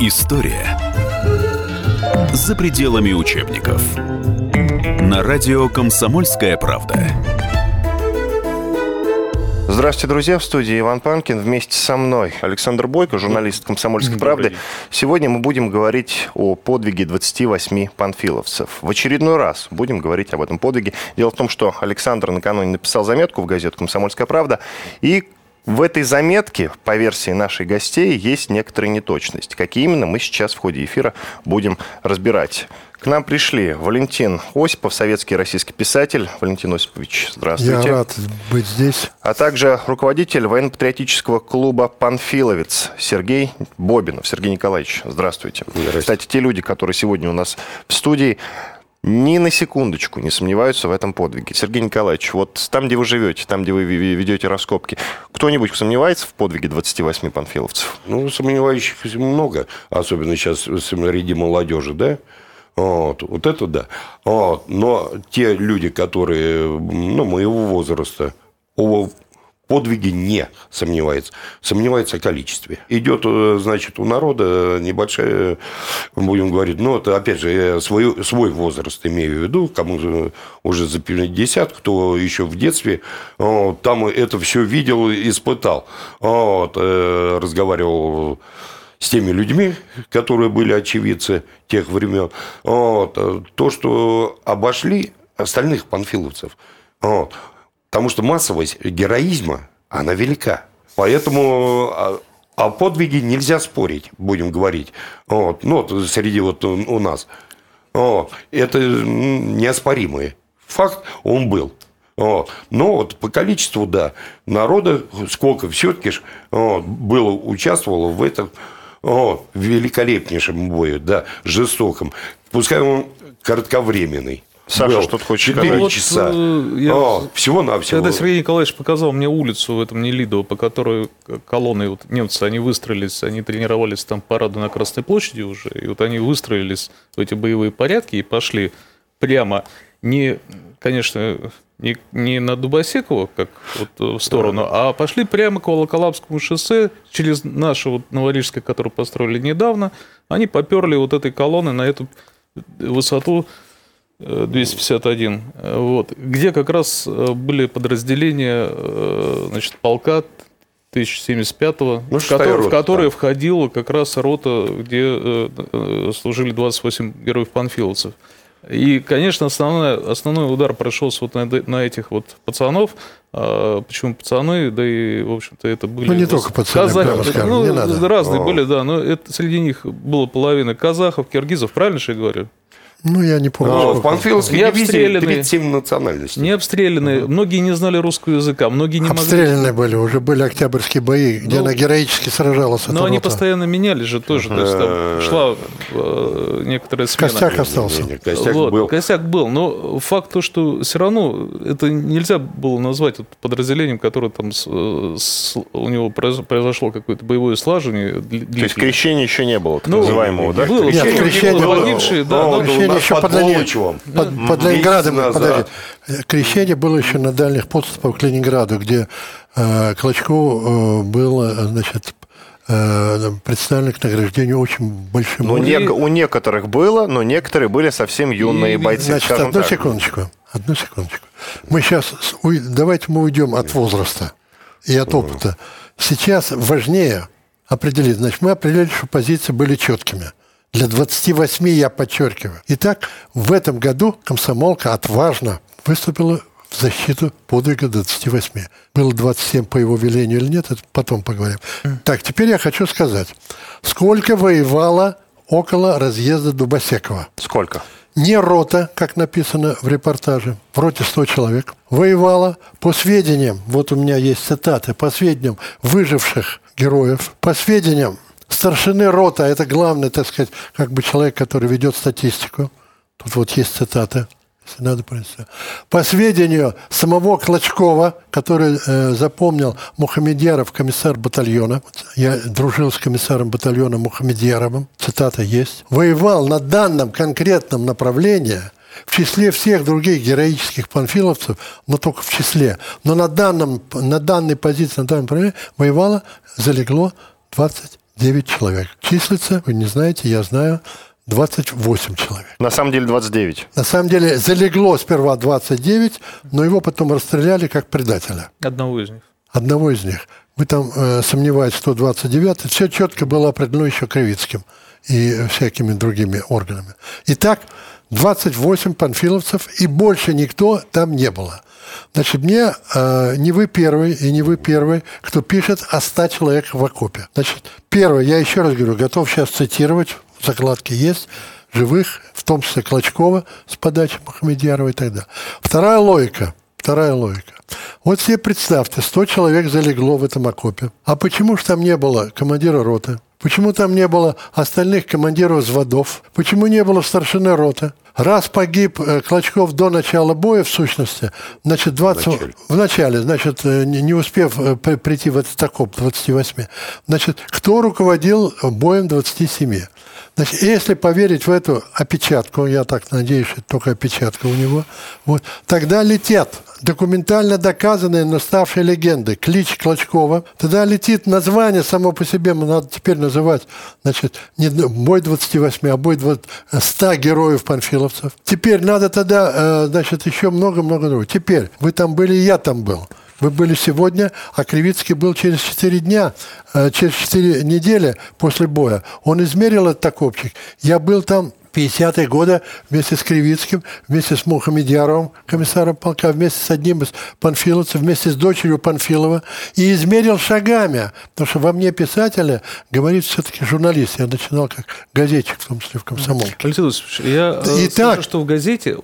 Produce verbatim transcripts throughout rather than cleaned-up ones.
История за пределами учебников. На радио «Комсомольская правда». Здравствуйте, друзья. В студии Иван Панкин. Вместе со мной Александр Бойко, журналист «Комсомольской правды». Сегодня мы будем говорить о подвиге двадцати восьми панфиловцев. В очередной раз будем говорить об этом подвиге. Дело в том, что Александр накануне написал заметку в газету «Комсомольская правда». И в этой заметке, по версии наших гостей, есть некоторые неточности. Какие именно, мы сейчас в ходе эфира будем разбирать. К нам пришли Валентин Осипов, советский и российский писатель. Валентин Осипович, здравствуйте. Я рад быть здесь. А также руководитель военно-патриотического клуба «Панфиловец» Сергей Бобинов. Сергей Николаевич, здравствуйте. здравствуйте. Кстати, те люди, которые сегодня у нас в студии, ни на секундочку не сомневаются в этом подвиге. Сергей Николаевич, вот там, где вы живете, там, где вы ведете раскопки, кто-нибудь сомневается в подвиге двадцати восьми панфиловцев? Ну, сомневающихся много, особенно сейчас среди молодежи, да? Вот, вот это да. Вот. Но те люди, которые, ну, моего возраста, о подвиге не сомневаются. Сомневаются о количестве. Идет, значит, у народа небольшая, будем говорить, ну, это, опять же, я свой, свой возраст имею в виду, кому уже за пятьдесят, кто еще в детстве, вот, там это все видел и испытал. Вот, разговаривал с теми людьми, которые были очевидцы тех времен. Вот. То, что обошли остальных панфиловцев. Вот. Потому что массовость героизма, она велика. Поэтому о, о подвиге нельзя спорить, будем говорить. Вот. Ну, вот среди вот у нас. Вот. Это неоспоримый факт, он был. Вот. Но вот по количеству, да, народа, сколько все-таки вот, было, участвовало в этом вот, великолепнейшем бою, да, жестоком. Пускай он кратковременный. Саша, был. Что-то хочешь сказать? четыре часа. Вот, я... О, всего-навсего. Когда Сергей Николаевич показал мне улицу в этом Нелидово, по которой колонны, вот, немцы, они выстроились, они тренировались там парады на Красной площади уже, и вот они выстроились в эти боевые порядки и пошли прямо, не, конечно, не, не на Дубосеково, как вот в сторону, да, а пошли прямо к Волоколамскому шоссе, через наше вот Новорижское, которое построили недавно, они поперли вот этой колонны на эту высоту двести пятьдесят один, вот, где как раз были подразделения, значит, полка тысяча семьдесят пятого, ну, в, который, рота, в которые да. входила как раз рота, где служили двадцать восемь героев-панфиловцев. И, конечно, основной, основной удар прошелся вот на, на этих вот пацанов. А, почему пацаны? Да и, в общем-то, это были... Ну, не только пацаны, казахи, прямо скажем, ну, не надо. Разные О. были, да. Но это, среди них было половина казахов, киргизов. Правильно же я говорю? Ну, я не помню. А, в Панфиловской дивизии тридцать семь национальностей. Не обстрелянные. Uh-huh. Многие не знали русского языка, многие не могли... Обстрелянные были, уже были октябрьские бои, где ну, она героически сражалась. Но они рота. постоянно менялись же тоже. Uh-huh. То есть там шла э, некоторая смена. Костяк остался. Не, не, не, костяк, вот, был. костяк был. Но факт то, что все равно это нельзя было назвать вот подразделением, которое там с, с, у него произошло какое-то боевое слаживание. То есть крещения еще не было, так ну, называемого, да? Было. Нет, крещение было. Погибшие, да, но, крещение еще под, под, под Ленинградом. Подожди. Крещение было еще на дальних подступах к Ленинграду, где э, Клочков э, был, значит, э, представлен к награждению очень большим. Ну, не, у некоторых было, но некоторые были совсем юные и, бойцы. Значит, одну так. секундочку. Одну секундочку. Мы сейчас, давайте мы уйдем от возраста и от опыта. Сейчас важнее определить. Значит, мы определили, что позиции были четкими. Для двадцати восьми я подчеркиваю. Итак, в этом году комсомолка отважно выступила в защиту подвига двадцати восьми. Было двадцать семь по его велению или нет, это потом поговорим. Так, теперь я хочу сказать, сколько воевало около разъезда Дубосекова? Сколько? Не рота, как написано в репортаже, в роте сто человек, воевала по сведениям, вот у меня есть цитаты, по сведениям выживших героев, по сведениям старшины рота, это главный, так сказать, как бы человек, который ведет статистику. Тут вот есть цитата, если надо принести. По сведению самого Клочкова, который э, запомнил Мухамедьяров, комиссар батальона, я дружил с комиссаром батальона Мухамедьяровым, цитата есть, воевал на данном конкретном направлении в числе всех других героических панфиловцев, но только в числе, но на, данном, на данной позиции, на данном направлении воевало, залегло двадцать девять человек. Числится, вы не знаете, я знаю, двадцать восемь человек. На самом деле двадцать девять. На самом деле залегло сперва двадцать девять, но его потом расстреляли как предателя. Одного из них. Одного из них. Мы там э, сомневаетесь, что двадцать девятый. Все четко было определено еще Кривицким и всякими другими органами. Итак, двадцать восемь панфиловцев, и больше никто там не было. Значит, мне э, не вы первый и не вы первый, кто пишет о ста человеках в окопе. Значит, первое, я еще раз говорю, готов сейчас цитировать, закладки есть, живых, в том числе Клочкова с подачи Мухамедьярова и так далее. Вторая логика. Вторая логика. Вот себе представьте, сто человек залегло в этом окопе. А почему же там не было командира роты? Почему там не было остальных командиров взводов? Почему не было старшины роты? Раз погиб Клочков до начала боя, в сущности, значит, двадцать... В начале, в начале значит, не успев прийти в этот окоп двадцати восьми, значит, кто руководил боем двадцати семи? Значит, если поверить в эту опечатку, я так надеюсь, что это только опечатка у него, вот, тогда летят документально доказанные, но ставшие легенды, клич Клочкова, тогда летит название само по себе, надо теперь называть, значит, не бой двадцати восьми, а бой ста героев панфиловцев. Теперь надо тогда, значит, еще много-много другого. Теперь, вы там были, и я там был. Вы были сегодня, а Кривицкий был через четыре дня, через четыре недели после боя. Он измерил этот окопчик. Я был там в пятидесятые годы вместе с Кривицким, вместе с Мухамедьяровым, комиссаром полка, вместе с одним из панфиловцев, вместе с дочерью Панфилова, и измерил шагами. Потому что во мне писателя говорит все-таки журналист. Я начинал как газетчик, в том числе в «Комсомолке». Алексей Владимирович, я Итак, слышу, что в газете...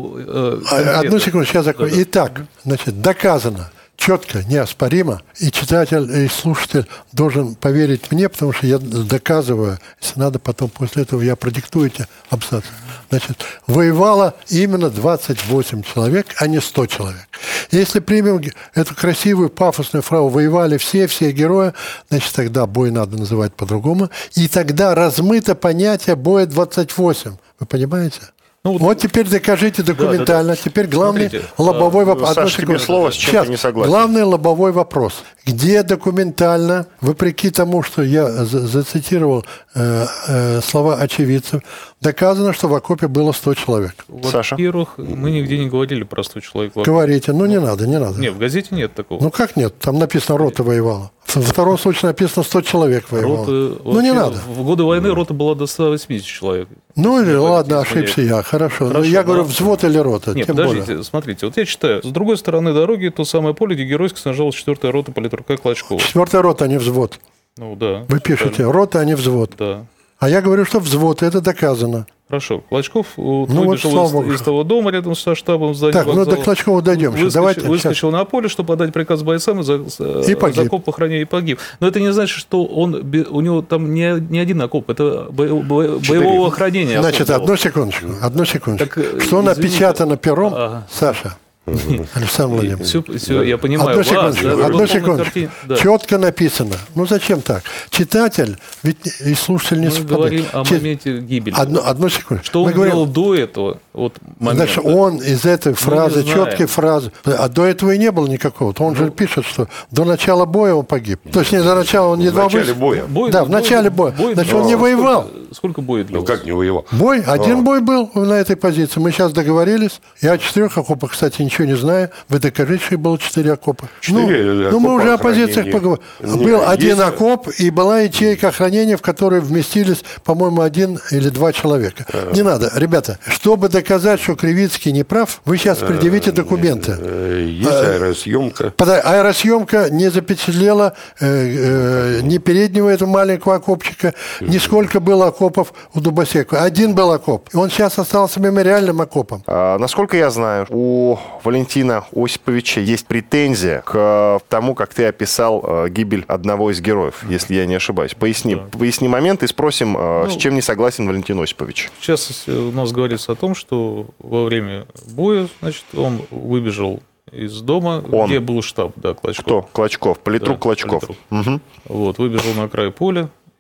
Э, одну секунду, сейчас закончу. Да, да. Итак, значит, доказано, четко, неоспоримо, и читатель, и слушатель должен поверить мне, потому что я доказываю, если надо, потом после этого я продиктую эти абзацы. Значит, воевало именно двадцать восемь человек, а не сто человек. Если примем эту красивую пафосную фразу «воевали все, все герои», значит, тогда бой надо называть по-другому, и тогда размыто понятие боя двадцать восемь. Вы понимаете? Ну, вот, вот теперь докажите документально. Да, да, да. Теперь главный Смотрите, лобовой а, вопрос. Саша, тебе слово, с чем Сейчас, ты не согласен. Главный лобовой вопрос. Где документально, вопреки тому, что я зацитировал э, э, слова очевидцев, доказано, что в окопе было сто человек? Саша? Во-первых, мы нигде не говорили про сто человек. Говорите, ну не надо, не надо. Нет, в газете нет такого. Ну как нет? Там написано «рота воевала». Во втором случае написано сто человек воевало. Роты, ну не надо. В годы войны рота была до ста восьмидесяти человек. Ну или ладно, ошибся я. Хорошо. Хорошо, но я да. говорю, взвод или рота. Нет, тем подождите, более. Смотрите, вот я читаю. С другой стороны дороги то самое поле, где геройски сражалась четвертая рота политрука Клочкова. Четвертая рота, а не взвод. Ну да. Вы пишете, рота, а не взвод. Да. А я говорю, что взвод, это доказано. Хорошо. Клочков ну, выбежал вот, из, из того дома рядом со штабом здания Так, вокзала. ну до Клочкова дойдем. Выскочил, Давайте, выскочил на поле, чтобы отдать приказ бойцам и за, и погиб. за окоп охранения и погиб. Но это не значит, что он, у него там не, не один окоп, это бо, бо, боевого охранения. Значит, одну секундочку, одну секундочку. Так, что извините, напечатано пером, ага. Саша? Александр Владимирович. Все, все, я понимаю. Одну секундочку. Вас, да, одну секундочку. Да. Четко написано. Ну зачем так? Читатель, ведь и слушатель не совпадает. Мы говорим о моменте гибели. Одну, одну секунду. Что он говорим... делал до этого вот, момента? Значит, он из этой фразы, четкой фразы, а до этого и не было никакого. То он ну, же пишет, что до начала боя он погиб. То есть не до начала он едва... В начале вы... боя. Бой, да, в начале боя. Бой, Значит, он не воевал. Сколько, сколько боя длился? Ну как не воевал? Бой? Один а. бой был на этой позиции. Мы сейчас договорились. Я о четырех окопах, кстати, ничего не знаю. Вы докажите, что было четыре окопа. Четыре ну, ну, мы уже о позициях поговорили. Был есть... один окоп, и была ячейка охранения, в которой вместились, по-моему, один или два человека. А. Не надо. Ребята, чтобы доказать, что Кривицкий не прав, вы сейчас предъявите документы. Есть аэросъемка. Аэросъемка не запечатлела э, э, ни переднего этого маленького окопчика, ни сколько было окопов у Дубосека. Один был окоп. И он сейчас остался мемориальным окопом. А, насколько я знаю, у Валентина Осиповича есть претензия к тому, как ты описал э, гибель одного из героев, если я не ошибаюсь. Поясни, да. поясни момент и спросим, э, ну, с чем не согласен Валентин Осипович. Сейчас у нас говорится о том, что во время боя, значит, он выбежал из дома, он. где был штаб, да, Клочков. Кто? Клочков, политрук да, Клочков. Политрук. Угу. Вот, выбежал на край поля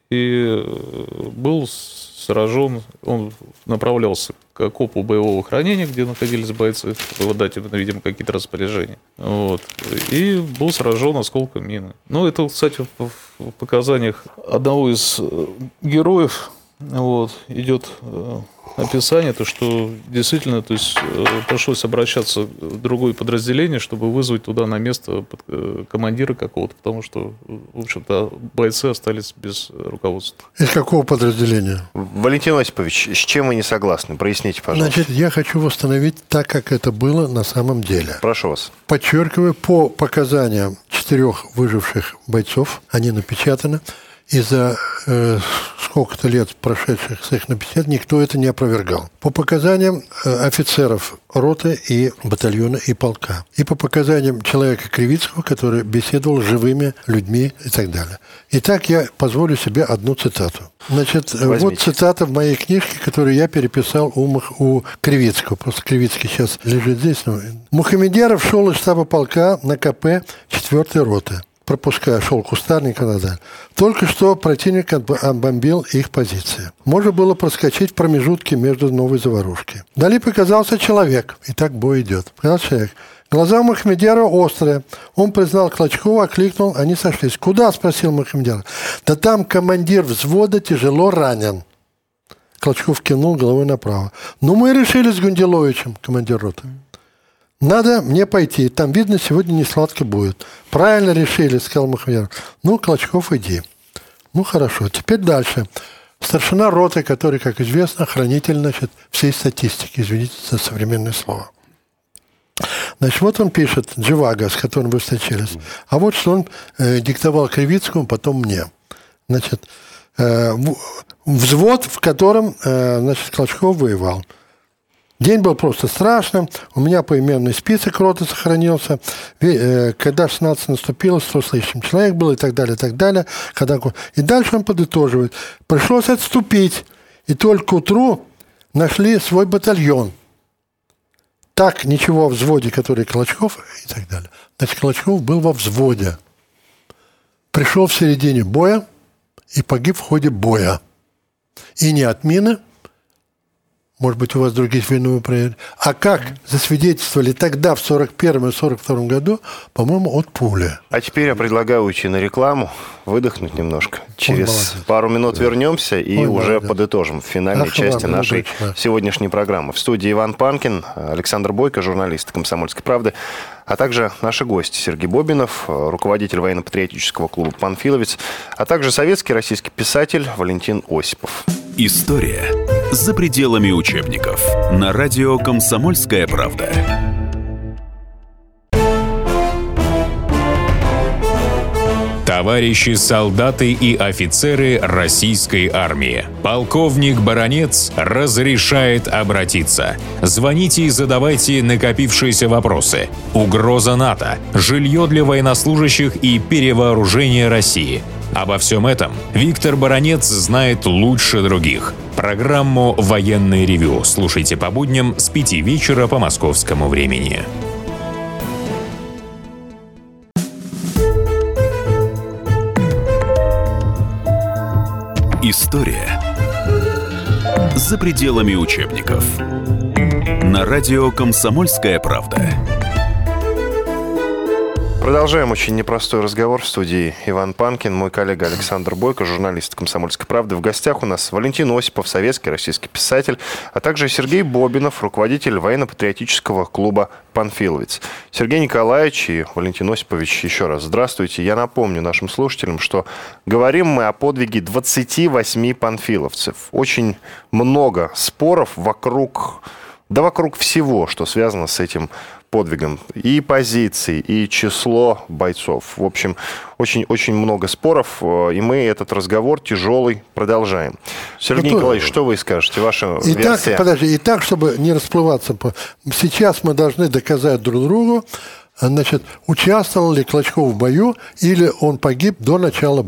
и был сражен, он направлялся к окопу боевого хранения, где находились бойцы, выдать, видимо, какие-то распоряжения. Вот. И был сражен осколком мины. Ну, это, кстати, в показаниях одного из героев вот, идет описание, то, что действительно, то есть, пришлось обращаться в другое подразделение, чтобы вызвать туда на место командира какого-то, потому что, в общем-то, бойцы остались без руководства. Из какого подразделения? Валентин Осипович, с чем вы не согласны? Проясните, пожалуйста. Значит, я хочу восстановить так, как это было на самом деле. Прошу вас. Подчеркиваю, по показаниям четырех выживших бойцов, они напечатаны, и за э, сколько-то лет, прошедших с их напечатания, никто это не опровергал. По показаниям э, офицеров роты и батальона и полка. И по показаниям человека Кривицкого, который беседовал с живыми людьми и так далее. Итак, я позволю себе одну цитату. Значит, Возьмите. Вот цитата в моей книжке, которую я переписал у, Мах... у Кривицкого. Просто Кривицкий сейчас лежит здесь. Но... Мухамедьяров шел из штаба полка на КП четвёртой роты. Пропуская, шел кустарник и так далее. Только что противник отбомбил их позиции. Можно было проскочить в промежутке между новой заварушки. Вдали показался человек. И так бой идет. Показался человек. Глаза Мухамедьярова острые. Он признал Клочкова, окликнул, они сошлись. «Куда?» – спросил Мухамедьяров. «Да там командир взвода тяжело ранен». Клочков кивнул головой направо. «Ну, мы решили с Гунделовичем», командир роты. «Надо мне пойти. Там, видно, сегодня не сладко будет». «Правильно решили», — сказал Мухамедьяров. «Ну, Клочков, иди». «Ну, хорошо. Теперь дальше. Старшина роты, который, как известно, хранитель, значит, всей статистики. Извините за современное слово. Значит, вот он пишет, Дживага, с которым вы встречались. А вот что он э, диктовал Кривицкому, потом мне. Значит, э, взвод, в котором, э, значит, Клочков воевал. День был просто страшным. У меня поименный список роты сохранился. Когда шестнадцать наступило, сто с лишним человек было и так далее, и так далее. Когда... И дальше он подытоживает. Пришлось отступить. И только к утру нашли свой батальон. Так, ничего о взводе, который Клочков и так далее. Значит, Клочков был во взводе. Пришел в середине боя и погиб в ходе боя. И не от мины. Может быть, у вас другие войны проверили. А как засвидетельствовали тогда, в сорок первом и сорок втором году, по-моему, от пули. А теперь я предлагаю уйти на рекламу, выдохнуть немножко. Через пару минут вернемся и Ой, уже молодец. подытожим в финальной Ах, части ладно, нашей точно. сегодняшней программы. В студии Иван Панкин, Александр Бойко, журналист «Комсомольской правды», а также наши гости Сергей Бобинов, руководитель военно-патриотического клуба «Панфиловец», а также советский российский писатель Валентин Осипов. История за пределами учебников. На радио «Комсомольская правда». Товарищи солдаты и офицеры российской армии. Полковник Баранец разрешает обратиться. Звоните и задавайте накопившиеся вопросы. Угроза НАТО, жилье для военнослужащих и перевооружение России. Обо всем этом Виктор Баранец знает лучше других. Программу «Военное ревю» слушайте по будням с пяти вечера по московскому времени. История за пределами учебников. На радио «Комсомольская правда». Продолжаем очень непростой разговор в студии Иван Панкин, мой коллега Александр Бойко, журналист «Комсомольской правды». В гостях у нас Валентин Осипов, советский российский писатель, а также Сергей Бобинов, руководитель военно-патриотического клуба «Панфиловец». Сергей Николаевич и Валентин Осипович, еще раз здравствуйте. Я напомню нашим слушателям, что говорим мы о подвиге двадцати восьми панфиловцев. Очень много споров вокруг, да вокруг всего, что связано с этим подвигом. И позиции, и число бойцов. В общем, очень-очень много споров, и мы этот разговор тяжелый продолжаем. Сергей Ну, Николаевич, что вы скажете? Ваша Итак, версия? подожди, и так, чтобы не расплываться, сейчас мы должны доказать друг другу, значит, участвовал ли Клочков в бою или он погиб до начала боя.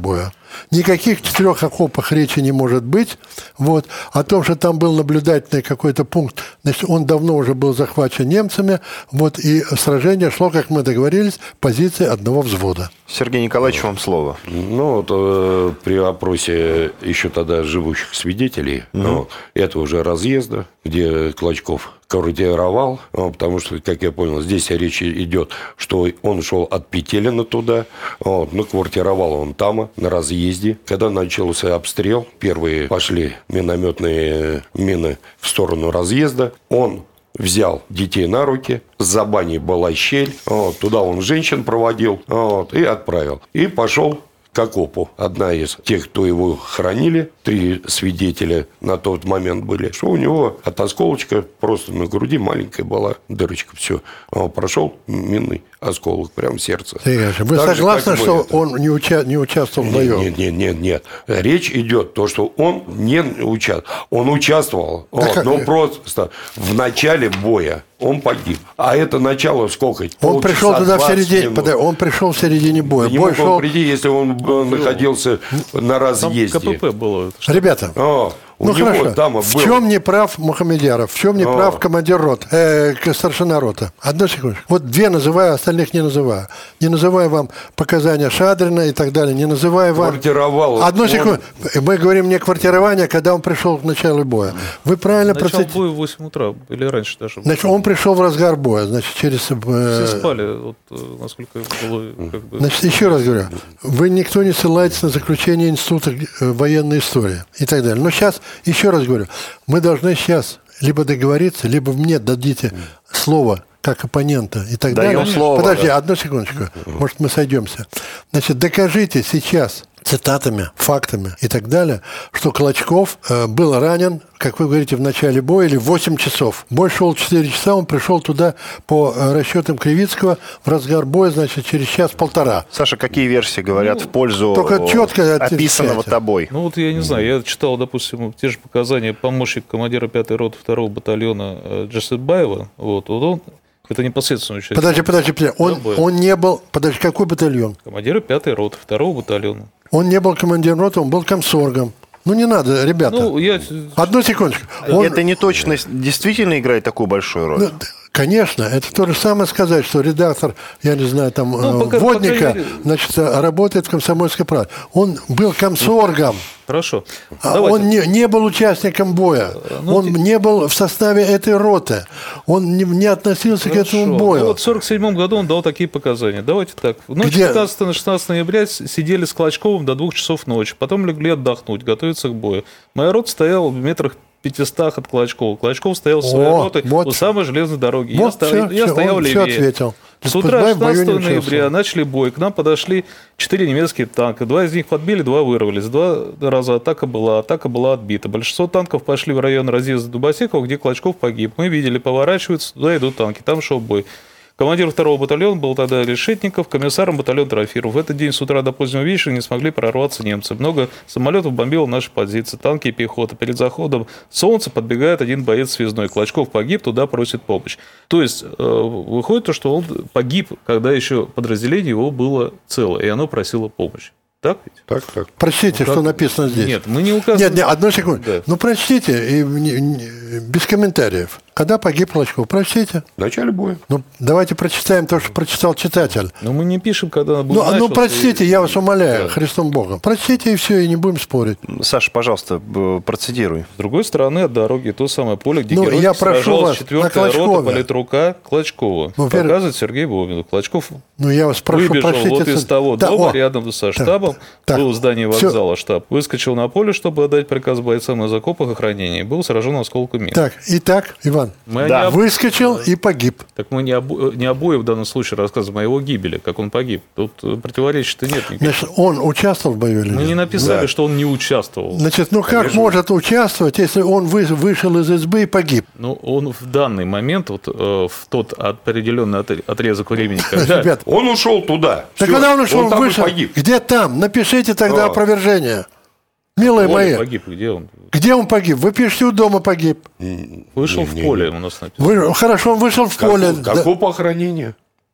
Никаких четырех окопах речи не может быть. Вот. О том, что там был наблюдательный какой-то пункт, значит, он давно уже был захвачен немцами. Вот. И сражение шло, как мы договорились, позиции одного взвода. Сергей Николаевич, вам слово. Ну, вот э, при опросе еще тогда живущих свидетелей, mm-hmm. ну, это уже разъезда, где Клочков квартировал, ну, потому что, как я понял, здесь речь идет, что он шел от Петелина туда, вот, ну, квартировал он там, на разъезде. Когда начался обстрел, первые пошли минометные мины в сторону разъезда, он взял детей на руки, за баней была щель, вот, туда он женщин проводил, вот, и отправил. И пошел к окопу. Одна из тех, кто его хоронили, три свидетеля на тот момент были, что у него от осколочка просто на груди маленькая была дырочка, все. Он прошел минный осколок прямо в сердце. Сергей, вы так согласны, же, что это. он не, уча... не участвовал в боевом? Нет, нет, нет, нет. Речь идет то, что он не участвовал. Он участвовал, да вот, но просто в начале боя он погиб. А это начало сколько? Он пришел туда в середине, подай, он пришел в середине боя. Не Бой мог шел... он прийти, если он находился на разъезде. Там КПП было. Ребята, О, ну хорошо, там в был... чем не прав Мухамедьяров, в чем не О. прав командир роты, э, старшина роты? Одну секунду. Вот две называю, остальных не называю. Не называю вам показания Шадрина и так далее, не называю вам... Квартировал. Одну он... секунду. Мы говорим не квартирование, когда он пришел к началу боя. Вы правильно процитировали. Начало процити... боя в восемь утра, или раньше даже. Значит, он пришел в разгар боя, значит, через... Э... Все спали, вот, насколько было... Как бы... Значит, еще раз говорю, вы никто не ссылаетесь на заключение Института военной истории и так далее. Но сейчас, еще раз говорю, мы должны сейчас либо договориться, либо мне дадите слово как оппонента и так Даем далее. слово, Подожди, да. одну секундочку. Может, мы сойдемся. Значит, докажите сейчас цитатами, фактами и так далее, что Клочков э, был ранен, как вы говорите, в начале боя или в восемь часов. Бой шел четыре часа, он пришел туда по э, расчетам Кривицкого в разгар боя, значит, через час-полтора. Саша, какие версии говорят ну, в пользу только четко описанного тобой? Ну, вот я не знаю, я читал, допустим, те же показания помощника командира пятой роты второго батальона Джасетбаева, вот, вот он это непосредственно участие. Подожди, подожди, подожди. Он, он не был... Подожди, какой батальон? Командир пятой роты, второго батальона. Он не был командиром роты, он был комсоргом. Ну, не надо, ребята. Ну, я... Одну секундочку. Он... Это неточность действительно играет такую большую роль? Ну, конечно. Это то же самое сказать, что редактор, я не знаю, там, ну, пока, Водника, пока... значит, работает в «Комсомольской правде». Он был комсоргом. Хорошо. А он не, не был участником боя. Ну, он ты... не был в составе этой роты. Он не, не относился Хорошо. к этому бою. Ну, вот в сорок седьмом году он дал такие показания. Давайте так. В ночь пятнадцатого на шестнадцатое ноября сидели с Клочковым до двух часов ночи. Потом легли отдохнуть, готовиться к бою. Моя рота стояла в метрах пятистах от Клочкова. Клочков стоял в своей ротой вот. у самой железной дороги. Вот я, все, ста... я все, стоял левее. Ответил. С утра шестнадцатого ноября начали бой. К нам подошли четыре немецкие танка. Два из них подбили, два вырвались. Два раза атака была, атака была отбита. Большинство танков пошли в район разъезда Дубосекова, где Клочков погиб. Мы видели, поворачиваются, туда идут танки. Там шел бой. Командир второго батальона был тогда Решетников, комиссаром батальона Трофиров. В этот день с утра до позднего вечера не смогли прорваться немцы. Много самолетов бомбило наши позиции, танки и пехота. Перед заходом солнца подбегает один боец связной. Клочков погиб, туда просит помощь. То есть выходит то, что он погиб, когда еще подразделение его было целое, и оно просило помощь. Так ведь? Так, так. Прочтите, ну, что написано здесь. Нет, мы не указываем. Нет, нет, одну секунду. Да. Ну, прочтите, и, не, не, без комментариев. Когда погиб Клочков? Прочтите. В начале боя. Ну, давайте прочитаем то, что прочитал читатель. Но мы не пишем, когда... Ну, ну прочтите, и... я вас умоляю, да. Христом Богом. Прочтите, и все, и не будем спорить. Саша, пожалуйста, процитируй. С другой стороны от дороги то самое поле, где ну, героически сражалась четвёртая рота политрука Клочкова. Ну, показывает Сергей Бобинов. Клочков ну, я вас прошу, выбежал прочтите, вот из того да, дома о, рядом со штабом, так, был в здании вокзала все. штаб, выскочил на поле, чтобы отдать приказ бойцам из окопах охранения, и был сражен осколком мин. Так, итак, Иван, мы да. об... выскочил и погиб. Так мы не, об... не обои в данном случае рассказываем о его гибели, как он погиб. Тут противоречий-то нет никаких. Значит, он участвовал в бою или нет? Мы не написали, да. что он не участвовал. Значит, ну как Конечно. может участвовать, если он вы... вышел из избы и погиб? Ну, он в данный момент, вот э, в тот определенный отрезок времени, когда... Ребят, он ушел туда. Так Все, когда он ушел, он там вышел, погиб. где там? Напишите тогда а. опровержение. Милые мои. Погиб, где он? Где он погиб? Вы пишете, у дома погиб. Вышел не, в не, поле, не. у нас написано. Вы... Хорошо, он вышел в как, поле. Какого да. охранения?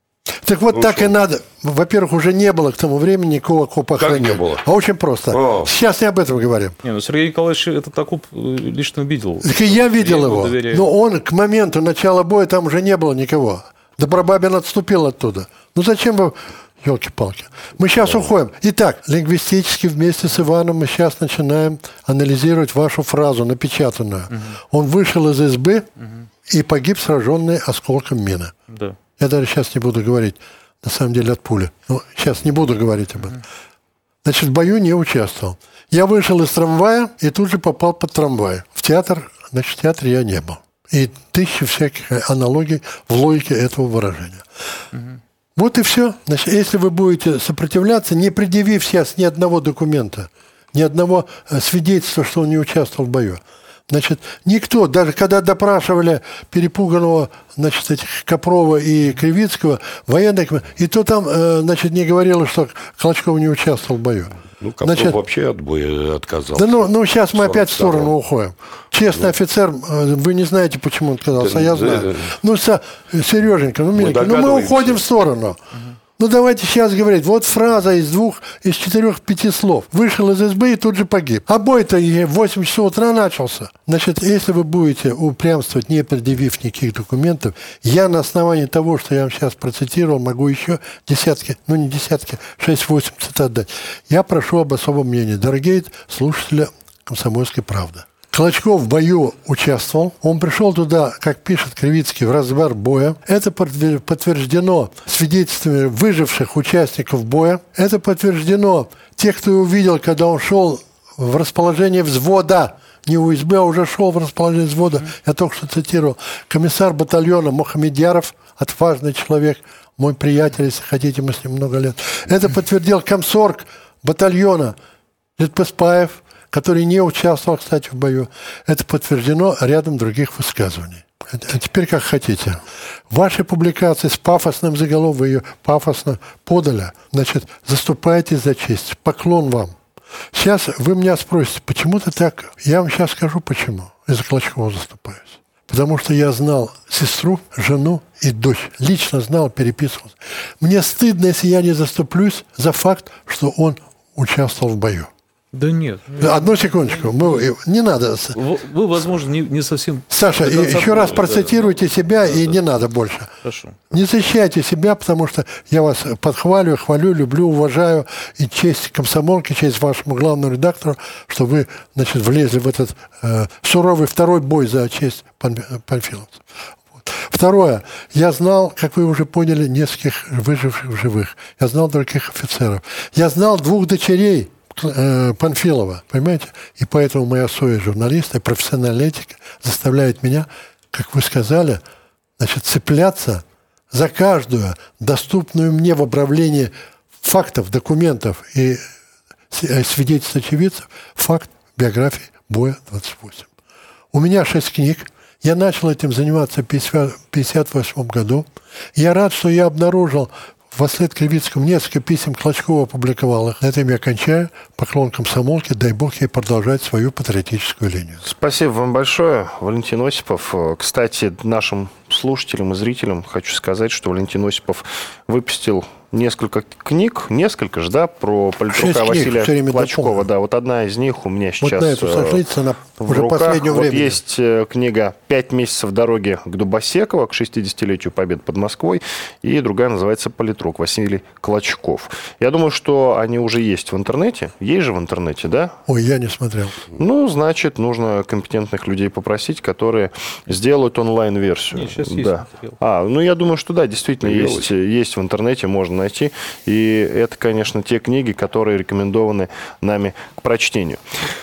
Так вот, Ну, так что? и надо. Во-первых, уже не было к тому времени никакого окопа Как охраны. не было? А очень просто. О. Сейчас не об этом говорим. Не, ну Сергей Николаевич этот окоп э, лично видел. Так и я видел ему его. доверяю. Но он к моменту начала боя там уже не было никого. Добробабин отступил оттуда. Ну зачем вы... Елки-палки. Мы сейчас уходим. Итак, лингвистически вместе с Иваном мы сейчас начинаем анализировать вашу фразу, напечатанную. Угу. Он вышел из избы угу. и погиб, сраженный осколком мины. Да. Я даже сейчас не буду говорить, на самом деле, от пули. Ну, сейчас не буду говорить об этом. Угу. Значит, в бою не участвовал. Я вышел из трамвая и тут же попал под трамвай. В театр, значит, в театре я не был. И тысячи всяких аналогий в логике этого выражения. Угу. Вот и все. Значит, если вы будете сопротивляться, не предъявив сейчас ни одного документа, ни одного свидетельства, что он не участвовал в бою, значит, никто, даже когда допрашивали перепуганного, значит, этих Копрова и Кривицкого, военных, и то там, значит, не говорилось, что Клочков не участвовал в бою. Ну, Копров значит, вообще от боя отказался. Да ну, ну сейчас мы опять в сторону уходим. Честный да. офицер, вы не знаете, почему он отказался, да, а я знаю. Да, да. Ну, Сереженька, ну, миленький, ну мы уходим в сторону. Угу. Ну, давайте сейчас говорить. Вот фраза из двух, из четырех-пяти слов. Вышел из избы и тут же погиб. А бой-то в восемь часов утра начался. Значит, если вы будете упрямствовать, не предъявив никаких документов, я на основании того, что я вам сейчас процитировал, могу еще десятки, ну не десятки, шесть-восемь цитат дать. Я прошу об особом мнении. Дорогие слушатели «Комсомольской правды». Клочков в бою участвовал. Он пришел туда, как пишет Кривицкий, в разгар боя. Это подтверждено свидетельствами выживших участников боя. Это подтверждено тех, кто его видел, когда он шел в расположение взвода. Не у избы, а уже шел в расположение взвода. Я только что цитировал. Комиссар батальона Мухамедьяров, отважный человек, мой приятель, если хотите, мы с ним много лет. Это подтвердил комсорг батальона Литпеспаев, который не участвовал, кстати, в бою. Это подтверждено рядом других высказываний. А теперь как хотите. Ваши публикации с пафосным заголовком, вы ее пафосно подали, значит, заступайте за честь. Поклон вам. Сейчас вы меня спросите, почему ты так... Я вам сейчас скажу, почему. Из-за Клочкова заступаюсь. Потому что я знал сестру, жену и дочь. Лично знал, переписывался. Мне стыдно, если я не заступлюсь за факт, что он участвовал в бою. Да нет. Одну секундочку. Мы, не надо. Вы, вы возможно, не, не совсем... Саша, еще раз процитируйте да. себя, да, и да. не надо больше. Хорошо. Не защищайте себя, потому что я вас подхвалю, хвалю, люблю, уважаю. И честь комсомолки, честь вашему главному редактору, что вы, значит, влезли в этот э, суровый второй бой за честь панфиловцев. Вот. Второе. Я знал, как вы уже поняли, нескольких выживших в живых. Я знал других офицеров. Я знал двух дочерей Панфилова, понимаете? И поэтому моя совесть журналиста, профессиональная этика заставляет меня, как вы сказали, значит, цепляться за каждую доступную мне в обравлении фактов, документов и свидетельств очевидцев факт биографии боя двадцать восемь. У меня шесть книг. Я начал этим заниматься в пятьдесят восьмом году. Я рад, что я обнаружил вслед Кривицкому несколько писем Клочкова опубликовал их. На этом я кончаю. Поклон комсомолке. Дай бог ей продолжать свою патриотическую линию. Спасибо вам большое, Валентин Осипов. Кстати, нашим слушателям и зрителям хочу сказать, что Валентин Осипов выпустил несколько книг, несколько же, да, про политрука Василия Клочкова. Да, вот одна из них у меня сейчас вот на эту сошлиться, она в уже руках. Вот времени. Есть книга «Пять месяцев дороги к Дубосеково», к шестидесятилетию Победы под Москвой, и другая называется «Политрук» Василий Клочков. Я думаю, что они уже есть в интернете. Есть же в интернете, да? Ой, я не смотрел. Ну, значит, нужно компетентных людей попросить, которые сделают онлайн-версию. Нет, сейчас есть да. А, ну, я думаю, что да, действительно есть, есть в интернете, можно найти. И это, конечно, те книги, которые рекомендованы нами к прочтению.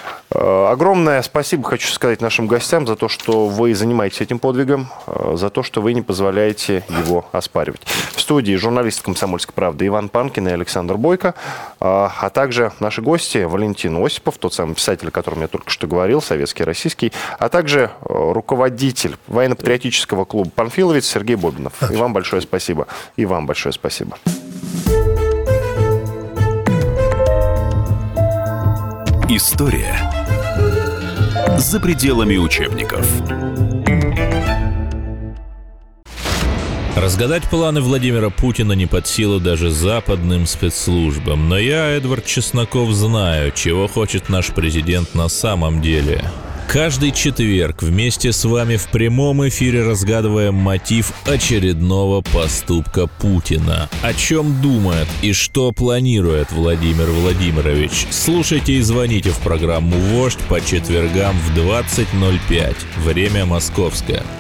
Огромное спасибо хочу сказать нашим гостям за то, что вы занимаетесь этим подвигом, за то, что вы не позволяете его оспаривать. В студии журналист «Комсомольской правды» Иван Панкин и Александр Бойко, а также наши гости Валентин Осипов, тот самый писатель, о котором я только что говорил, советский, российский, а также руководитель военно-патриотического клуба «Панфиловец» Сергей Бобинов. И вам большое спасибо. И вам большое спасибо. История за пределами учебников. Разгадать планы Владимира Путина не под силу даже западным спецслужбам. Но я, Эдвард Чесноков, знаю, чего хочет наш президент на самом деле. Каждый четверг вместе с вами в прямом эфире разгадываем мотив очередного поступка Путина. О чем думает и что планирует Владимир Владимирович. Слушайте и звоните в программу «Вождь» по четвергам в двадцать ноль пять. Время московское.